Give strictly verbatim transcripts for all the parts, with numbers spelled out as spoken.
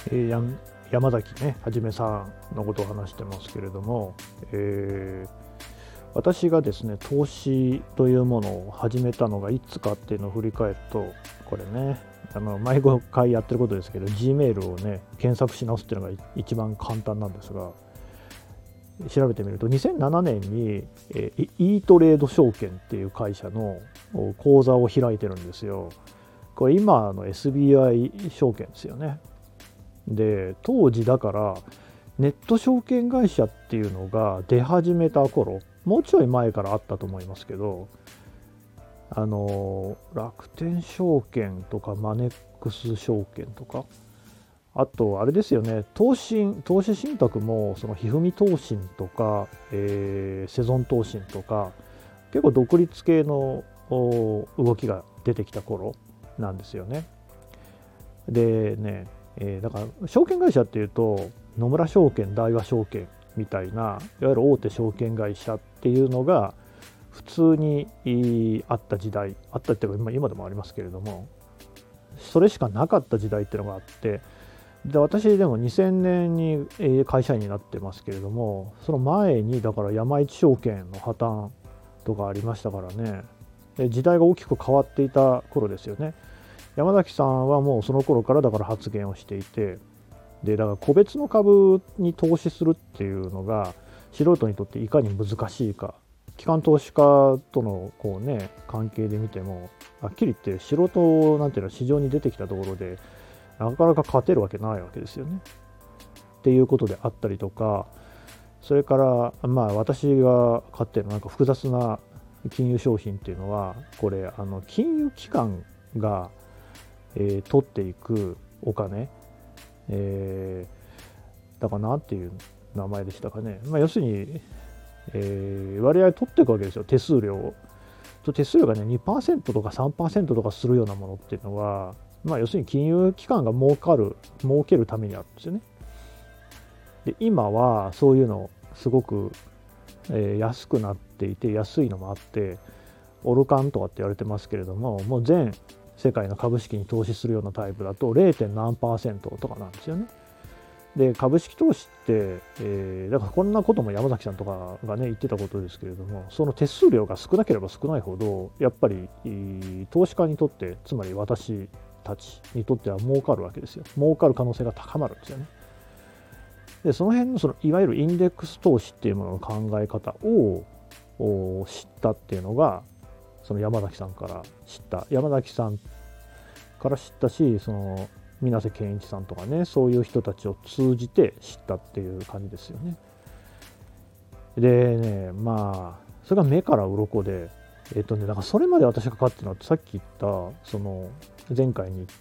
えー、や山崎ねはじめさんのことを話してますけれども、えー、私がですね投資というものを始めたのがいつかっていうのを振り返ると、これねあの毎回やってることですけど Gmail をね検索し直すっていうのが一番簡単なんですが、調べてみるとにせんななねんに、えー、E トレード証券っていう会社の口座を開いてるんですよ。これ今の エスビーアイ 証券ですよね。で当時だからネット証券会社っていうのが出始めた頃、もうちょい前からあったと思いますけど、あの楽天証券とかマネックス証券とか、あとあれですよね、投信投資信託もそのひふみ投信とか、えーセゾン投信とか結構独立系の動きが出てきた頃なんですよね。でね、えーだから証券会社っていうと野村証券、大和証券みたいないわゆる大手証券会社っていうのが普通にあった時代、あったっていうか今でもありますけれども、それしかなかった時代っていうのがあって、で私でもにせんねんに会社員になってますけれども、その前にだから山一証券の破綻とかありましたからね、時代が大きく変わっていた頃ですよね。山崎さんはもうその頃からだから発言をしていて、でだから個別の株に投資するっていうのが素人にとっていかに難しいか、機関投資家とのこうね関係で見てもはっきり言って素人なんていうのは市場に出てきたところでなかなか勝てるわけないわけですよね。っていうことであったりとか、それからまあ私が買ってるなんか複雑な金融商品っていうのは、これあの金融機関が、えー、取っていくお金、えー、だから何ていう名前でしたかね、まあ、要するに、えー、割合取っていくわけですよ、手数料を。手数料がね にパーセント とか さんパーセント とかするようなものっていうのは、まあ、要するに金融機関が儲かる儲けるためにあるんですよね。で今はそういうのすごく、えー、安くなっていて、安いのもあってオルカンとかって言われてますけれども、もう全世界の株式に投資するようなタイプだと ゼロ. 何パーセントとかなんですよね。で株式投資って、えー、だからこんなことも山崎さんとかがね言ってたことですけれども、その手数料が少なければ少ないほどやっぱり投資家にとって、つまり私たちにとっては儲かるわけですよ。儲かる可能性が高まるんですよね。でその辺のそのいわゆるインデックス投資っていうものの考え方を知ったっていうのが、その山崎さんから知った山崎さんから知ったし、その水瀬健一さんとかね、そういう人たちを通じて知ったっていう感じですよね。でね、まあそれが目から鱗で、えっとねだからそれまで私が買ってるのはさっき言ったその前回に言った、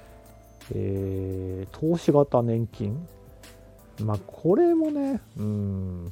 えー、投資型年金、まあこれもね、うん、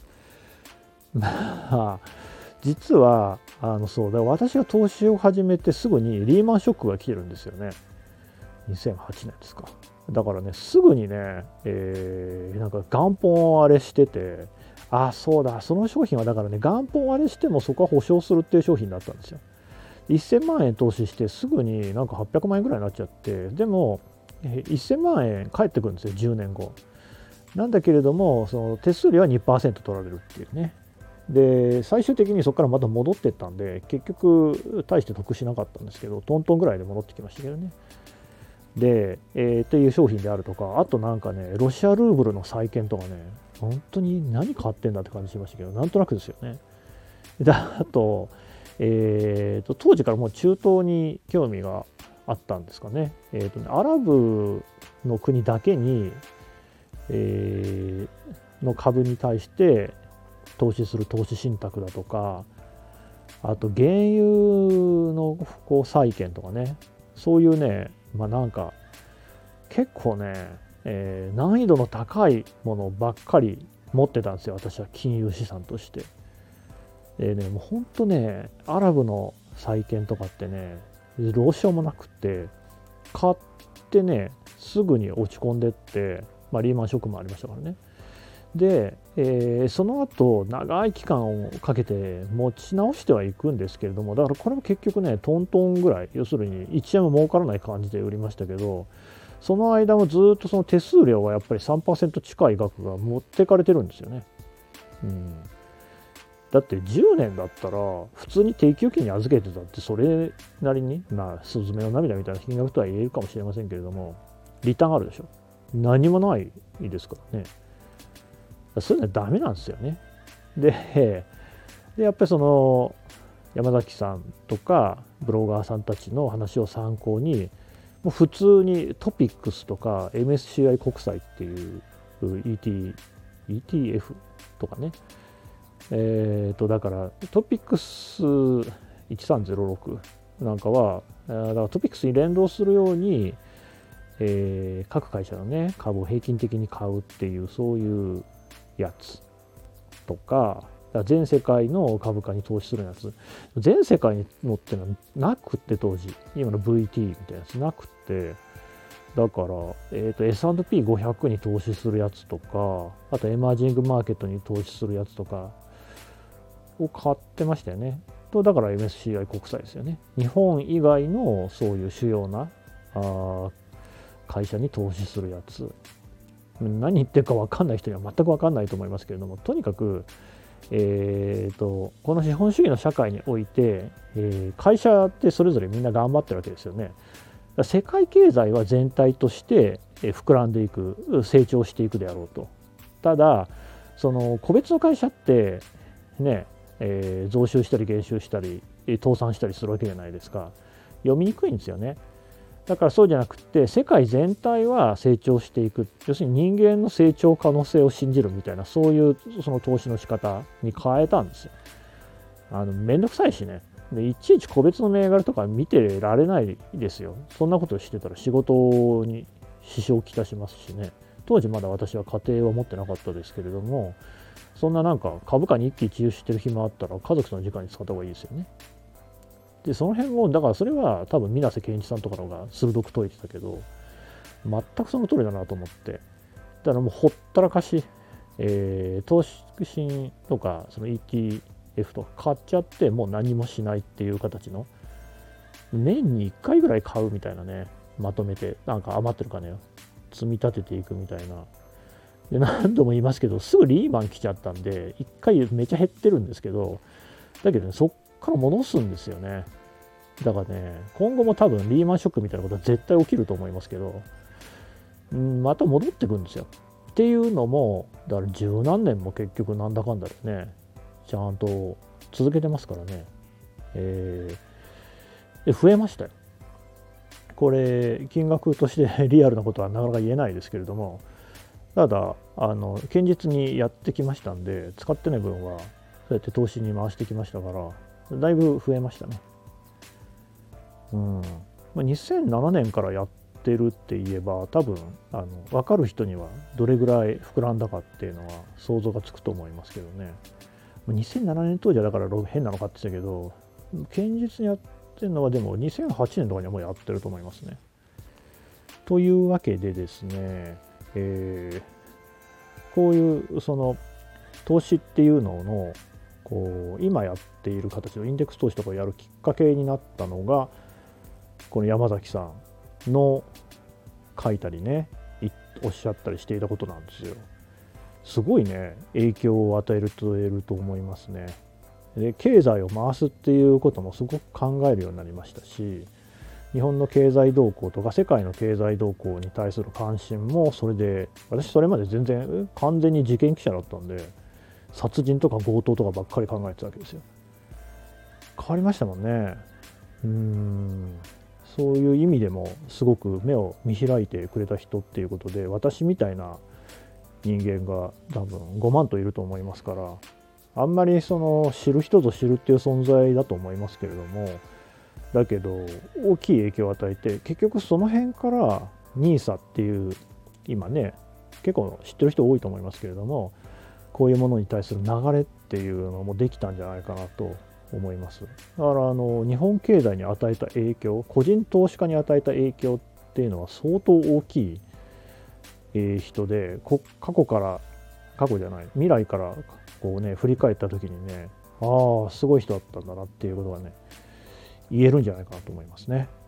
まあ実はあのそうだ、私が投資を始めてすぐにリーマンショックが来てるんですよね。にせんはちねんですか。だからねすぐにね、えー、なんか元本割れしてて、あそうだ、その商品はだからね元本割れしてもそこは保証するっていう商品だったんですよ。せんまんえん投資してすぐになんかはっぴゃくまんえんぐらいになっちゃって、でもせんまんえん返ってくるんですよ、じゅうねんご。なんだけれどもその手数料は にパーセント 取られるっていうね。で最終的にそこからまた戻ってったんで結局大して得しなかったんですけど、トントンぐらいで戻ってきましたけどね。で、えー、っていう商品であるとか、あとなんかねロシアルーブルの債券とかね、本当に何買ってんだって感じしましたけど、なんとなくですよね。であと、えー、と当時からもう中東に興味があったんですかね。えーとねアラブの国だけに、えー、の株に対して投資する投資信託だとか、あと原油のこう債券とかね、そういうね、まあなんか結構ね、えー、難易度の高いものばっかり持ってたんですよ、私は金融資産として。でね、もうほんとね、アラブの債券とかってね、どうしようもなくって、買ってね、すぐに落ち込んでって、まあ、リーマンショックもありましたからね。で、えー、その後長い期間をかけて持ち直してはいくんですけれども、だからこれも結局ねトントンぐらい、要するにいちえんも儲からない感じで売りましたけど、 その間もずっとその手数料はやっぱり さんパーセント 近い額が持ってかれてるんですよね。うん、だってじゅうねんだったら普通に定期預金に預けてたってそれなりにまあスズメの涙みたいな金額とは言えるかもしれませんけれども、リターンあるでしょ。何もないですからね。そういうのはダメなんですよね。で、でやっぱりその山崎さんとかブロガーさんたちの話を参考に、もう普通にトピックスとか エムエスシーアイ 国債っていう イーティー、イーティーエフ とかね、えーとだからトピックスいちさんゼロろくなんかはだからトピックスに連動するように、えー、各会社のね株を平均的に買うっていうそういうやつとか、全世界の株価に投資するやつ、全世界のってのはなくって当時今の ブイティー みたいなやつなくって、だから、えー、と エスアンドピーごひゃく に投資するやつとか、あとエマージングマーケットに投資するやつとかを買ってましたよね。とだから エムエスシーアイ 国債ですよね。日本以外のそういう主要なあ会社に投資するやつ、何言ってるか分かんない人には全く分かんないと思いますけれども、とにかく、えー、とこの資本主義の社会において、えー、会社ってそれぞれみんな頑張ってるわけですよね。世界経済は全体として膨らんでいく、成長していくであろうと。ただその個別の会社ってね、えー、増収したり減収したり倒産したりするわけじゃないですか。読みにくいんですよね。だからそうじゃなくて世界全体は成長していく、要するに人間の成長可能性を信じるみたいな、そういうその投資の仕方に変えたんですよ。あのめんどくさいしね。でいちいち個別の銘柄とか見てられないですよ。そんなことしてたら仕事に支障をきたしますしね。当時まだ私は家庭は持ってなかったですけれども、そんななんか株価に一喜一憂してる暇あったら家族の時間に使った方がいいですよね。でその辺もだからそれは多分水瀬健一さんとかの方が鋭く解いてたけど、全くその通りだなと思って、だからもうほったらかし、えー、投資信とかその イーティーエフ とか買っちゃってもう何もしないっていう形の、年にいっかいぐらい買うみたいなね、まとめてなんか余ってる金を積み立てていくみたいな。で何度も言いますけどすぐリーマン来ちゃったんでいっかいめちゃ減ってるんですけど、だけど、ね、そっから戻すんですよね。だからね今後も多分リーマンショックみたいなことは絶対起きると思いますけど、うん、また戻ってくるんですよ。っていうのもだから十何年も結局なんだかんだでねちゃんと続けてますからね、えー、で増えましたよ。これ金額としてリアルなことはなかなか言えないですけれども、ただあの堅実にやってきましたんで、使ってない分はそうやって投資に回してきましたからだいぶ増えましたね。うん、にせんななねんからやってるって言えば多分あの分かる人にはどれぐらい膨らんだかっていうのは想像がつくと思いますけどね。にせんななねん当時はだから変なの買ってたけど、堅実にやってるのはでもにせんはちねんとかにはもうやってると思いますね。というわけでですね、えー、こういうその投資っていうののこう今やっている形のインデックス投資とかをやるきっかけになったのがこの山崎さんの書いたりねおっしゃったりしていたことなんですよ。すごいね影響を与えると言えると思いますね。で経済を回すっていうこともすごく考えるようになりましたし、日本の経済動向とか世界の経済動向に対する関心もそれで、私それまで全然完全に事件記者だったんで殺人とか強盗とかばっかり考えてたわけですよ。変わりましたもんね。うーんそういう意味でもすごく目を見開いてくれた人っていうことで、私みたいな人間が多分ごまんといると思いますから、あんまりその知る人ぞ知るっていう存在だと思いますけれども、だけど大きい影響を与えて、結局その辺から ニーサ っていう今ね結構知ってる人多いと思いますけれども、こういうものに対する流れっていうのもできたんじゃないかなと思います。だからあの日本経済に与えた影響、個人投資家に与えた影響っていうのは相当大きい、えー、人で、こ過去から過去じゃない未来からこうね振り返った時にね、ああすごい人だったんだなっていうことがね言えるんじゃないかなと思いますね。